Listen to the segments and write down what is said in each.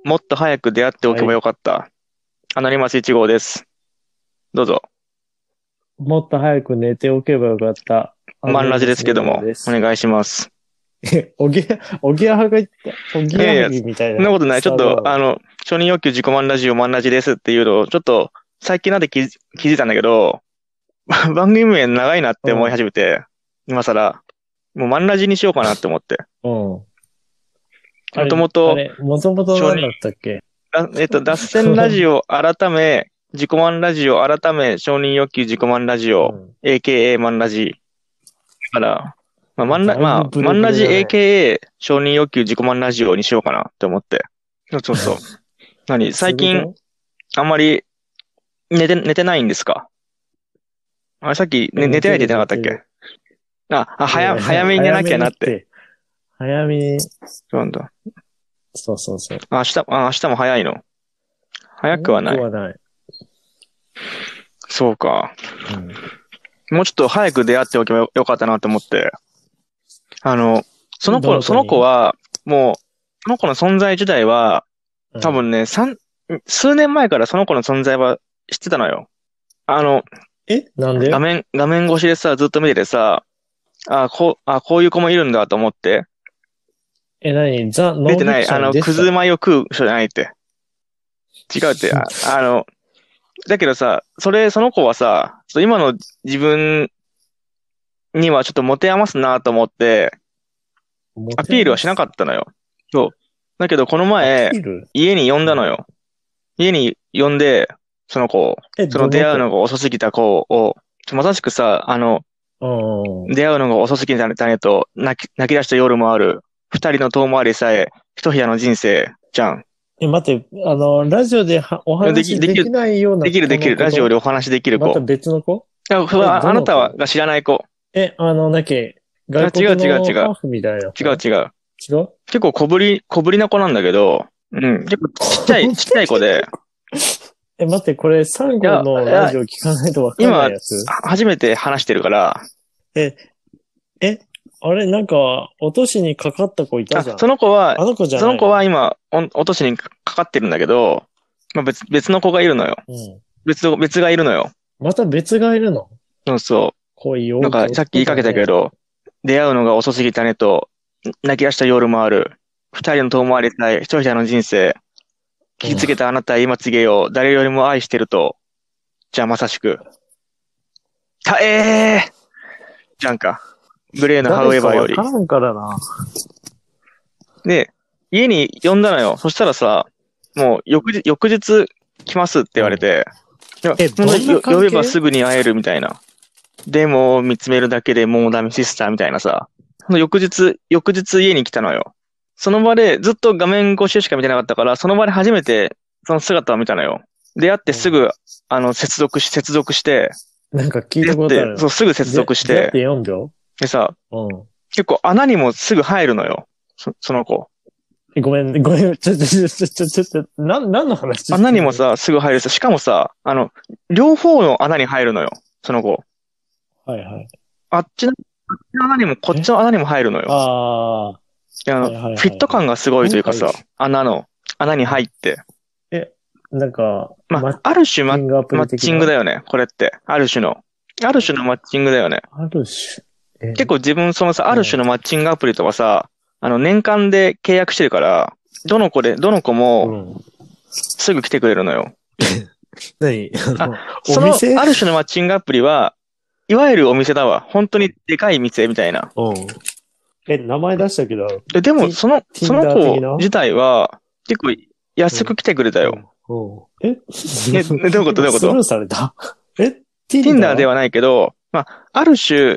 もっと早く出会っておけばよかった。アノニマス1号です。どうぞ。 もっと早く寝ておけばよかった。アノマンラジでニマス2 すけども、 号です。 お願いします。 おぎやはが言った、おぎやはいやいや、そぎみたいなんなことない。ちょっと、 スタート。 承認欲求自己満ラジオマンラジですっていうのを、ちょっと、最近なんで気づいたんだけど、番組名長いなって思いうん。 始めて、今更、もうマンラジにしようかなって思って。 うん。 もともと、 もともと承認、 何だったっけ？ 脱線ラジオ改め、自己満ラジオ改め、承認欲求自己満ラジオ、 うん。 AKA マンラジ。だから、マだいぶブレンラジブレだね。 AKA 承認欲求自己満ラジオにしようかなって思って。そうそう。最近、 そういうこあんまり寝てないんですか？あれ、さっき、寝てないって言ってなかったっけ？早めに寝なき早めゃなって。 にって、早めに、 そうなんだ。 そうそうそう。 明日も早いの？早く早はない。 くはない。 そうか。 うん。 もうちょっと早く出会っておけばよかったなと思って。あの、その子どの子に？ は、もう、その子の存在自体は、 うん。 多分ね、数年前からその子の存在は知ってたのよ。あの、 なんで？ 画面越しでさ、ずっと見ててさ、こういう子もいるんだと思って。 何ザ・ノンフィ出てない、 クションに出てくずたの？ 米を食う人じゃないって。違うって、だけどさ、その子はさ、ちょっと今の自分にはちょっと持て余すなと思って、 持アピールはしなてます。 かったのよ。そう。だけどこのアピ前、 ール？ 家に呼んうん。 だのよ。家に呼んで、その子を、その出会うのどの子？ が遅すぎた子を、まさしくさ、 うん。 出会うのが遅すぎたねと、泣き出した夜もある、二人の遠回りさえ、一部屋の人生、じゃん。 待って、ラジオでお話できないような子できる。ラジオのこと？ でお話できるまた子。 別の子？ あなどの子？ たが知らない子。 外国違う。 のハーフみたいな子？ 違う。 違う？ 結構小ぶりな子なんだけど、うん、結構ちっちゃい子で、 待って、これ、サンゴのいや、 ラジオ聞かないとわかんない今、 やつ？ 初めて話してるから、 え、え、あれ、なんか、落としにかかった子いたじゃん。あの子じゃそのないの？ 子は今、落としにかかってるんだけど、まあ、別の子がいるのよ。 うん。 別がいるのよ。 また別がいるの？ そうそ恋う。なんか、 多きさっき言いかけたけ男だね。 ど、出会うのが遅すぎたねと、泣き出した夜もある。二人の遠回りしたい、一人の人生。 うん。 聞きつけたあなたは今告げよう。誰よりも愛してると。じゃあまさしく。じゃんか。グレーのハウ誰かエバーより。 わからんからな。 で、家に呼んだのよ。そしたらさ、もう翌日来ますって言われうん。 て、いや、ほんとどんな呼べば関係？ すぐに会えるみたいな。でも、見つめるだけでもうダメシスターみたいなさ。ほんと翌日家に来たのよ。その場でずっと画面越ししか見てなかったから、その場で初めてその姿を見たのよ。出会ってうん。 すぐ、接続して、 なんか聞いたことある。 そう、すぐ接続し出会って、 て4秒？ でさ、 うん。 結構穴にもすぐ入るのよ。その子。 ごめん、何の話してんの？ 穴にもさ、すぐ入るさ、しかもさ、両方の穴に入るのよ。その子。 はいはい。 あっちの穴にも、こっちえの穴にも入るのよ。 ああー、 ではいはいフィットはいはい。 感がすごいとなんか、 いうかさ、穴に入って。 え、なんか、 まあ、ある種チングアプマッチングリ的な？ だよね。これって。ある種のマッチングだよね。 ある種。 結構自分、そのさ、ある種うん。 のマッチングアプリとかさ、年間で契約してるから、どの子もうん。 すぐ来てくれるのよ。 何あ、 お店？ ある種のマッチングアプリは、いわゆるお店だわ。本当にでかい店みたいな。 うん。名前出したけど、 でも、その Tinder 的な？ 子自体は、結構安く来てくれたよ。 うん。うん。 どういうことどういうこと？ 今スルーされた？ Tinder で Tinder？ はないけど、まあ、ある種、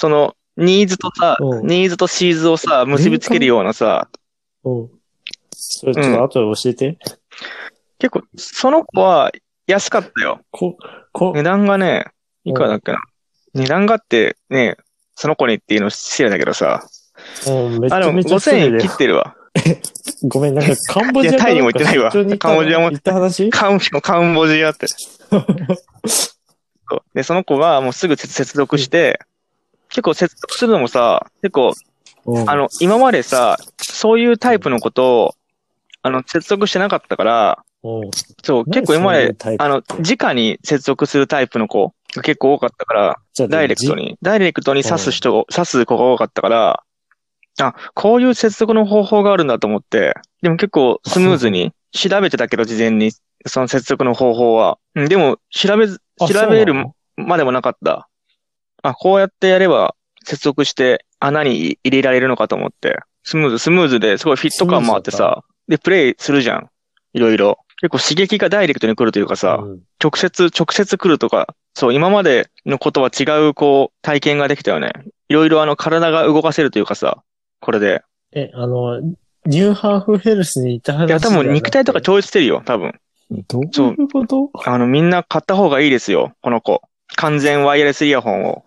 うん。 ニーズとシーズをさ、結びつける年間？ ようなさ、 うん。それうん。 ちょっと後で教えて。 結構、その子は安かったよ。 こ、 値こ、 段がね、いくらだうん。 っけな。値段がってね、その子にっていうの失礼だけどさ。 うん、めでもちゃめちゃ失 5000円礼だよ。 切ってるわ。 ごめん、なんかカンボいや、タイにジアかなんかも行ってないわ。 出張に行ったの？行った話？ カンボジアって。そうで、その子がもうすぐ接続して、結構接続するのもさ、結構、 うん。 今までさ、そういうタイプのことを、 接続してなかったから、そう、結構今まで、直に接続するタイプの子が結構多かったから、ダイレクトに刺す子が多かったから、こういう接続の方法があるんだと思って、でも結構スムーズに調べてたけど、事前に、その接続の方法は。でも、調べるまでもなかった。こうやってやれば接続して穴に入れられるのかと思って、スムーズですごいフィット感もあってさ、で、プレイするじゃん。いろいろ。結構刺激がダイレクトに来るというかさ、直接来るとか、そう、今までのことは違う、体験ができたよね。いろいろ体が動かせるというかさ、これで。 ニューハーフヘルスにいた話。 いや、多分肉体とか超越してるよ、多分。 どういうこと？ みんな買った方がいいですよ、この子。完全ワイヤレスイヤホンを。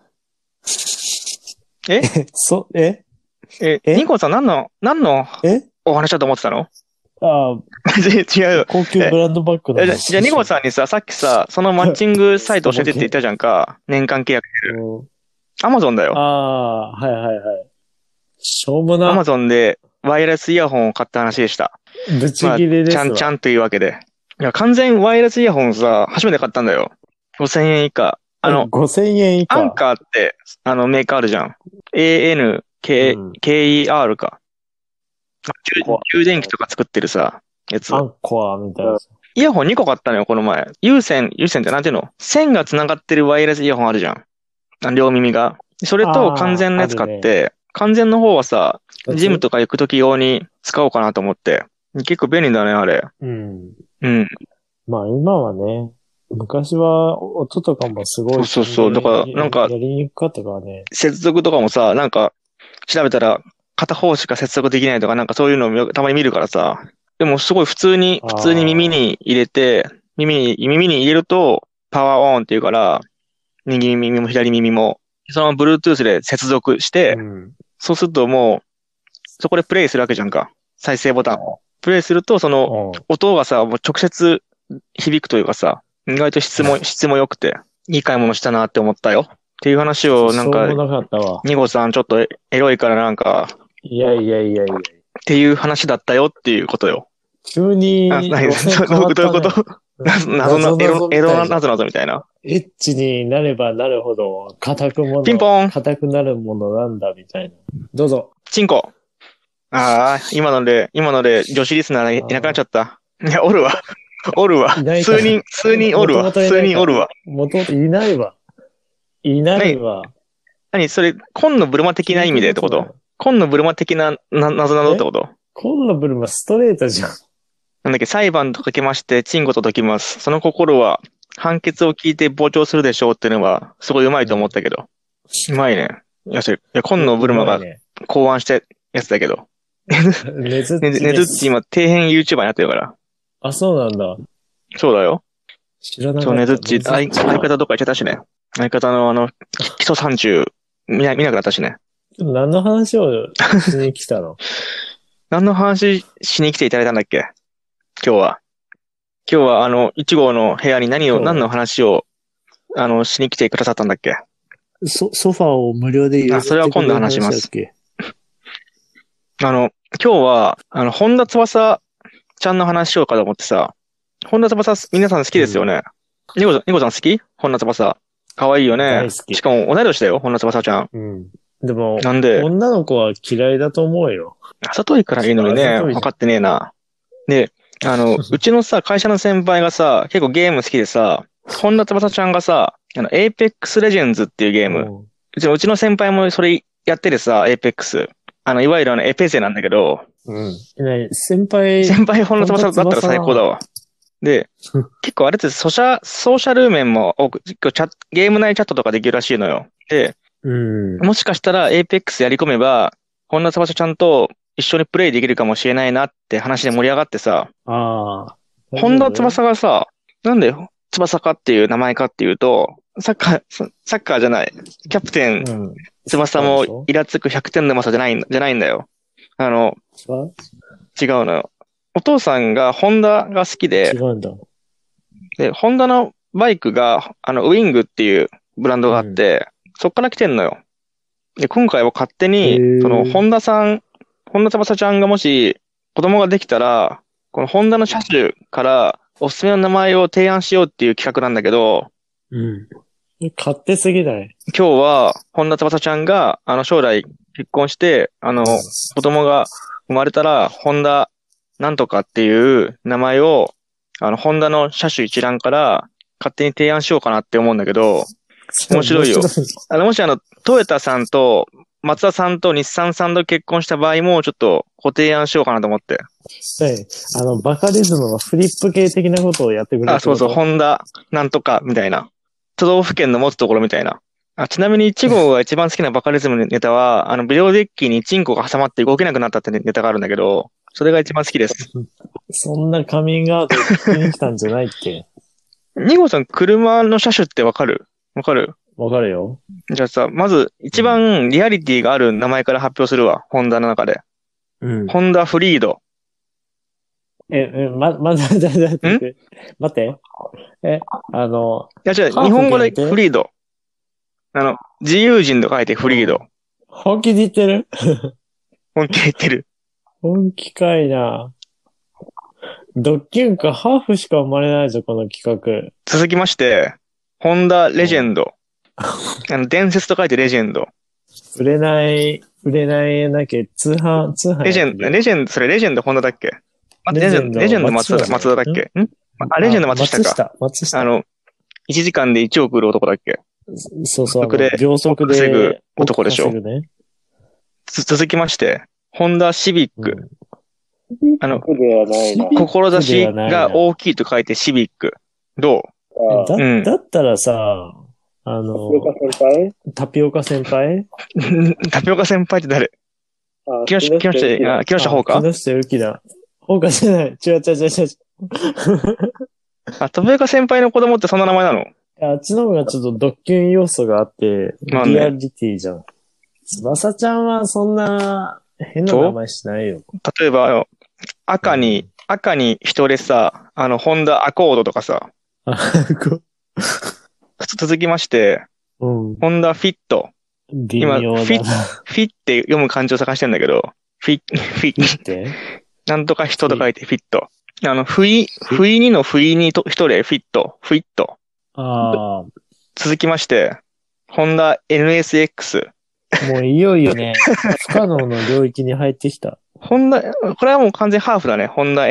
ニコさん何のお話だと思ってたの？違うよ。 高級ブランドバッグの話。 じゃあ、ニコさんにさ、さっきさ、そのマッチングサイト教えてって言ったじゃんか。年間契約してる。アマゾンだよ。 はいはいはい。しょうもな。 アマゾンでワイヤレスイヤホンを買った話でした。 ぶち切れですわ。 ちゃんというわけで。いや、完全ワイヤレスイヤホンさ、初めて買ったんだよ。5000円以下。 5000円以下。 アンカーって、メーカーあるじゃん。ANKER か。充電器とか作ってるさ、やつ。 アンコアみたいな。 イヤホン2個買ったのよ、この前。有線ってなんていうの？線が繋がってるワイヤレスイヤホンあるじゃん。両耳が。それと完全のやつ買って、完全の方はさ、ジムとか行くとき用に使おうかなと思って。結構便利だね、あれ。 まあ今はね、昔は音とかもすごい。 そう。だから、なんか、 やりにくかったからね。 接続とかもさ、なんか、調べたら、片方しか接続できないとか、なんかそういうのをたまに見るからさ。でもすごい普通に耳に入れて、耳に入れると、パワーオンっていうから、右耳も左耳も、そのまま Bluetooth で接続して、そうするともう、そこでプレイするわけじゃんか。再生ボタンを。プレイすると、その、音がさ、もう直接響くというかさ、意外と質も良くて、いい買い物したなって思ったよ。っていう話を、なんか、ニゴさんちょっとエロいからなんか、 いや。 っていう話だったよっていうことよ。 急に、 どういうこと謎の、エロ謎みたいな。 エッチになればなるほど、 ピンポン硬くなるものなんだみたいな。どうぞ。 チンコ。今ので女子リスナーいなくなっちゃった。いや、おるわ。数人おるわ。 もともといないわ。 何それ、紺のブルマ的な意味でってこと？紺のブルマ的な謎ってこと？ 紺のブルマストレートじゃん。 なんだっけ、裁判とかけまして、チンコと解きます。その心は、判決を聞いて傍聴するでしょうっていうのは、すごい上手いと思ったけど。うまいね。いや、紺のブルマが考案したやつだけど。ねずっち今、底辺 YouTuber になってるから。 そうなんだ。 そうだよ。 知らなかった。 そう、ねずっち、相方どっか行っちゃったしね。相方の基礎30、見なくなったしね。 何の話をしに来たの？ 何の話しに来ていただいたんだっけ？今日は1号の部屋に何の話を、しに来てくださったんだっけ？ ソファーを無料でそれは今度話します。今日は、本田翼ちゃんの話しようかと思ってさ、本田翼、皆さん好きですよね。ニコさん好き？本田翼。かわいいよね。 大好き。 しかも同い年だよ、本田翼ちゃん。でも、 なんで女の子は嫌いだと思うよ。 あざといからいいのにね、分かってねえな。で、うちのさ、会社の先輩がさ、結構ゲーム好きでさ、本田翼ちゃんがさ、Apex Legends っていうゲーム。うちの先輩もそれやっててさ、Apex。いわゆるエペゼなんだけど。 先輩本田翼だったら最高だわ。で、結構あれってソーシャル面もゲーム内チャットとかできるらしいのよ。で、もしかしたら Apex やり込めば、本田翼ちゃんと一緒にプレイできるかもしれないなって話で盛り上がってさ、本田翼がさ、なんで翼かっていう名前かっていうと、サッカーじゃない。キャプテン、翼もイラつく100点の翼じゃないんだよ。違うのよ。お父さんがホンダが好きで、で、ホンダのバイクが、ウィングっていうブランドがあって、そっから来てんのよ。で、今回は勝手に、本田翼ちゃんがもし子供ができたら、 このホンダの車種からおすすめの名前を提案しようっていう企画なんだけど、 うん。勝手すぎない。 今日は本田翼ちゃんが、将来結婚して、子供が生まれたら、ホンダなんとかっていう名前を、ホンダの車種一覧から勝手に提案しようかなって思うんだけど、面白いよ。もしトヨタさんと松田さんと日産さんと結婚した場合もちょっとご提案しようかなと思って。 はい。バカリズムのフリップ系的なことをやってくれる。 あ、そうそう、ホンダなんとかみたいな。都道府県の持つところみたいな。ちなみに1号が一番好きなバカリズムのネタは、ビデオデッキにチンコが挟まって動けなくなったってネタがあるんだけど、それが一番好きです。 そんなカミングアウトに来たんじゃないっけ 2号さん、車の車種ってわかるわかるよ。 じゃあさ、まず一番リアリティがある名前から発表するわ。ホンダの中で。 うん。 ホンダフリード。 待って。いや、違う、日本語でフリード。自由人と書いてフリード。 本気で言ってる本気で言ってる。 本気かいな。ドッキュンかハーフしか生まれないぞ、この企画。 続きまして、ホンダレジェンド。伝説と書いてレジェンド。 売れないなきゃ通販。 レジェンド、それレジェンドホンダだっけレジェンド松田だっけレジェンド松下か。 松下。 1時間で1億売る男だっけそう。秒速で稼ぐ男でしょ。続きまして、ホンダシビック。志が大きいと書いてシビック。どうだったらさ、タピオカ先輩タピオカ先輩って誰木下ほうか木下ゆきだ。ほうかじゃない。違う。 タピオカ先輩の子供ってそんな名前なのあっちの方がちょっとドッキュン要素があって、リアリティじゃん。翼ちゃんはそんな変な名前しないよ。 例えば、赤に人でさ、ホンダアコードとかさ。続きまして、ホンダフィット。今、フィって読む漢字を探してんだけど、フィってなんとか人と書いてフィット。不意にの不意に人でフィット。続きまして、ホンダ NSX。 もういよいよね、不可能の領域に入ってきた。 これはもう完全ハーフだね。ホンダ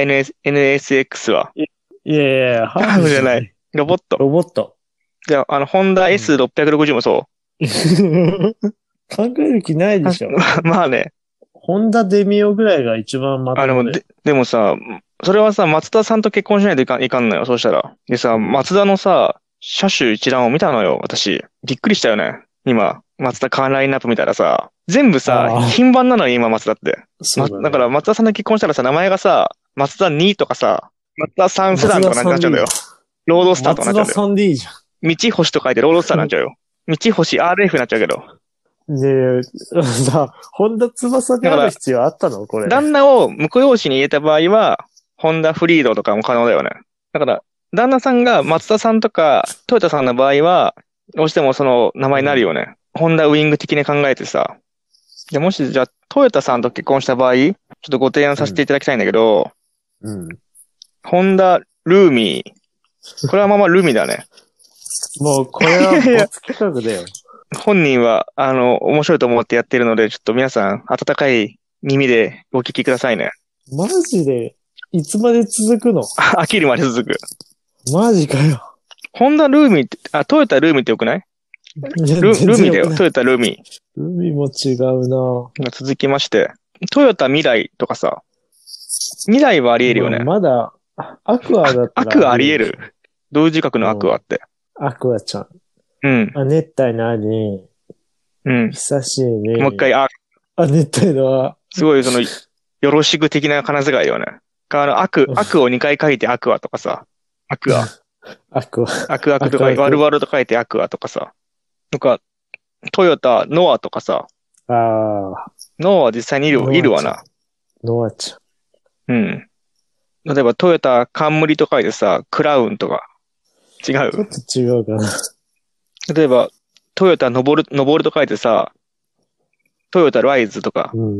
NSX は。 いや、 ハーフじゃない。ロボット。じゃあ、ホンダ S660 もそう。 考える気ないでしょ。 まあね。 ホンダデミオぐらいが一番まともでもさ、それはさ、松田さんと結婚しないといかんのよ、そうしたら。でさ、松田のさ、車種一覧を見たのよ、私。びっくりしたよね。今、松田カーラインナップ見たらさ、全部さ、品番なのよ、今、松田って。だから、松田さんと結婚したらさ、名前がさ、松田2とかさ、松田3セダンとかなっちゃうんだよ。ロードスターとかなっちゃうんだよ。 松田3でいいじゃん。 道星と書いてロードスターになっちゃうよ。道星 RF になっちゃうけど。 さ、ホンダ翼である必要あったのこれ。 旦那を婿養子に入れた場合は、ホンダフリードとかも可能だよね。だから、旦那さんが松田さんとかトヨタさんの場合は、どうしてもその名前になるよね。ホンダウィング的に考えてさ。もし、じゃあ、トヨタさんと結婚した場合、ちょっとご提案させていただきたいんだけど、ホンダルーミー。これはまあルーミーだね。 もう、これは没企画だよ。 本人は、面白いと思ってやってるので、ちょっと皆さん、温かい耳でお聞きくださいね。 マジでいつまで続くの飽きるまで続く。 マジかよ。 ホンダルーミーって、トヨタルーミーってよくないルーミーだよ、トヨタルーミー。 ルーミーも違うな。 続きまして、トヨタ未来とかさ、未来はあり得るよね。 まだ、アクアだったら。 アクアあり得る。同時角のアクアって。 アクアちゃん。 うん。 熱帯のアに。 うん。 久しいね。 もう一回、 熱帯のア。 すごい、よろしく的な金遣いよね。アクを2回書いてアクアとかさ。アクア。アクとか、ワルワルと書いてアクアとかさ。とか、トヨタ、ノアとかさ。ノアは実際にいるわな。 ノアちゃん。うん。例えばトヨタ、冠と書いてさ、クラウンとか。違う。 ちょっと違うかな。 例えば、トヨタ、ノボルと書いてさ、トヨタ、ライズとか。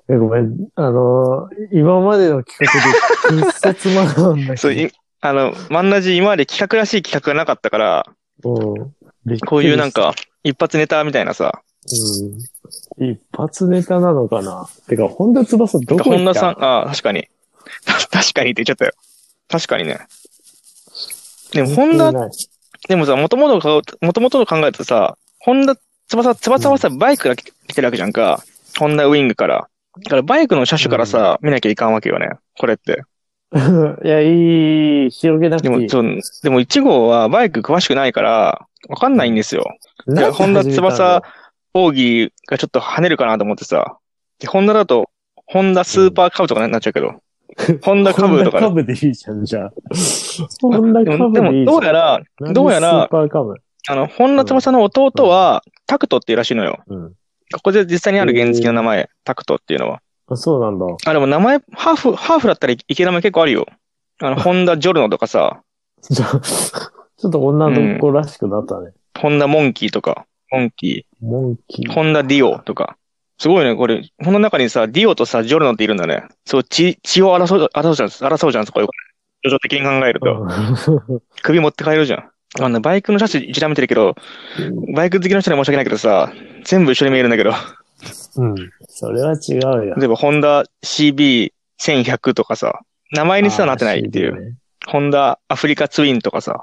ごめん。今までの企画で、くっそつまらんだそう、 けマンラジ今まで企画らしい企画がなかったから、 ど。うん。びっこうくりした。 いうなんか、一発ネタみたいなさ、 うん。一発ネタなのかな。てか、本田翼どこ行った？ 本田さん、確かに。確かにって言っちゃったよ。確かにね。でも、でもさ、もともとの考えるとさ、翼はさ、バイクが来てるわけじゃんか。ホンダウィングから。だからバイクの車種からさ、見なきゃいかんわけよね。これって。 いや、広げなくていい。 でも1号はバイク詳しくないから、わかんないんですよ。いや、ホンダ翼、オーギーがちょっと跳ねるかなと思ってさ。ホンダだと、ホンダスーパーカブとかになっちゃうけど。ホンダカブとか。 ホンダカブでいいじゃん、じゃあ。ホンダカブでいいじゃん。 でも、どうやら、ホンダ翼の弟は、タクトっていうらしいのよ。ここで実際にある原付の名前、タクトっていうのは。 そうなんだ。 でも名前、ハーフだったらいける名前結構あるよ。ホンダジョルノとかさ。 ちょっと女の子らしくなったね。 ホンダモンキーとか。ホンダディオとか。すごいね、これ。この中にさ、ディオとさ、ジョルノっているんだね。そう、血を争うじゃん、そこよ。叙々的に考えると。首持って帰るじゃん。バイクの車種一覧見てるけど、バイク好きの人には申し訳ないけどさ、全部一緒に見えるんだけど。 それは違うよ。 例えば、ホンダ CB1100 とかさ、名前にさ、なってないっていう。ホンダアフリカツインとかさ。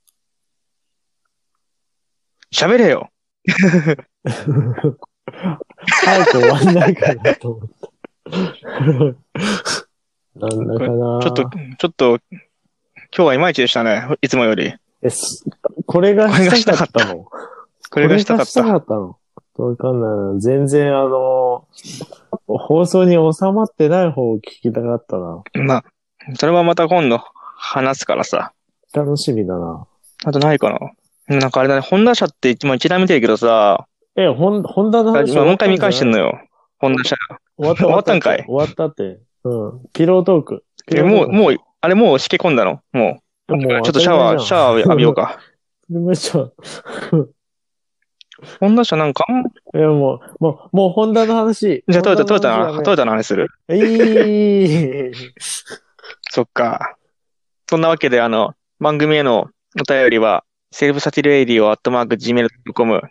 喋れよ。 早く終わんないかなと思った。なんだかな。 ちょっと、今日はいまいちでしたね。いつもより。 これがしたかったの？ これがしたかったの？わかんないな。全然放送に収まってない方を聞きたかったな。 まあ、それはまた今度話すからさ。 楽しみだな。 あとないかな。なんかあれだね、ホンダ車って一覧見てるけどさ。 ホンダの話今もう一回見返してんのよ。ホンダ車。 終わったんかい？終わったって。ピロートーク。 あれもうしけ込んだの？もう。ちょっとシャワー浴びようか。ホンダ車なんかもうホンダの話。 じゃあトヨタの話する？そっか。そんなわけで番組へのお便りは、selfsatiradio@gmail.com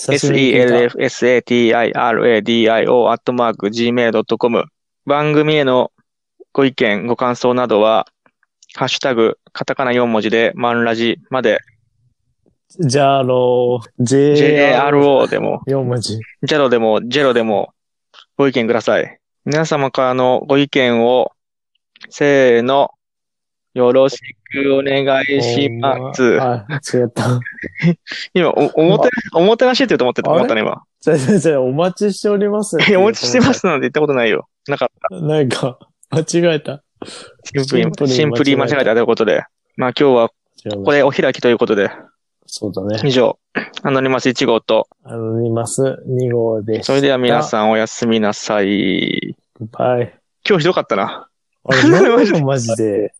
selfsatiradio@gmail.com 番組へのご意見、ご感想などは、ハッシュタグ、カタカナ4文字で、マンラジまで、 じゃあ、 JRO でも、 4文字。 ジェロでも、ご意見ください。皆様からのご意見を、せーの、よろしくお願いします。 間違った。 今、おもてなしって言うと思ったね、今。 お待ちしております。 お待ちしてますなんて言ったことないよ。なかった。 なんか、間違えた。 シンプルに間違えたということで。まあ今日は、これお開きということで。 そうだね。 以上、アノニマス1号と、 アノニマス2号でした。 それでは皆さんおやすみなさい。 バイ。 今日ひどかったな。 マジで。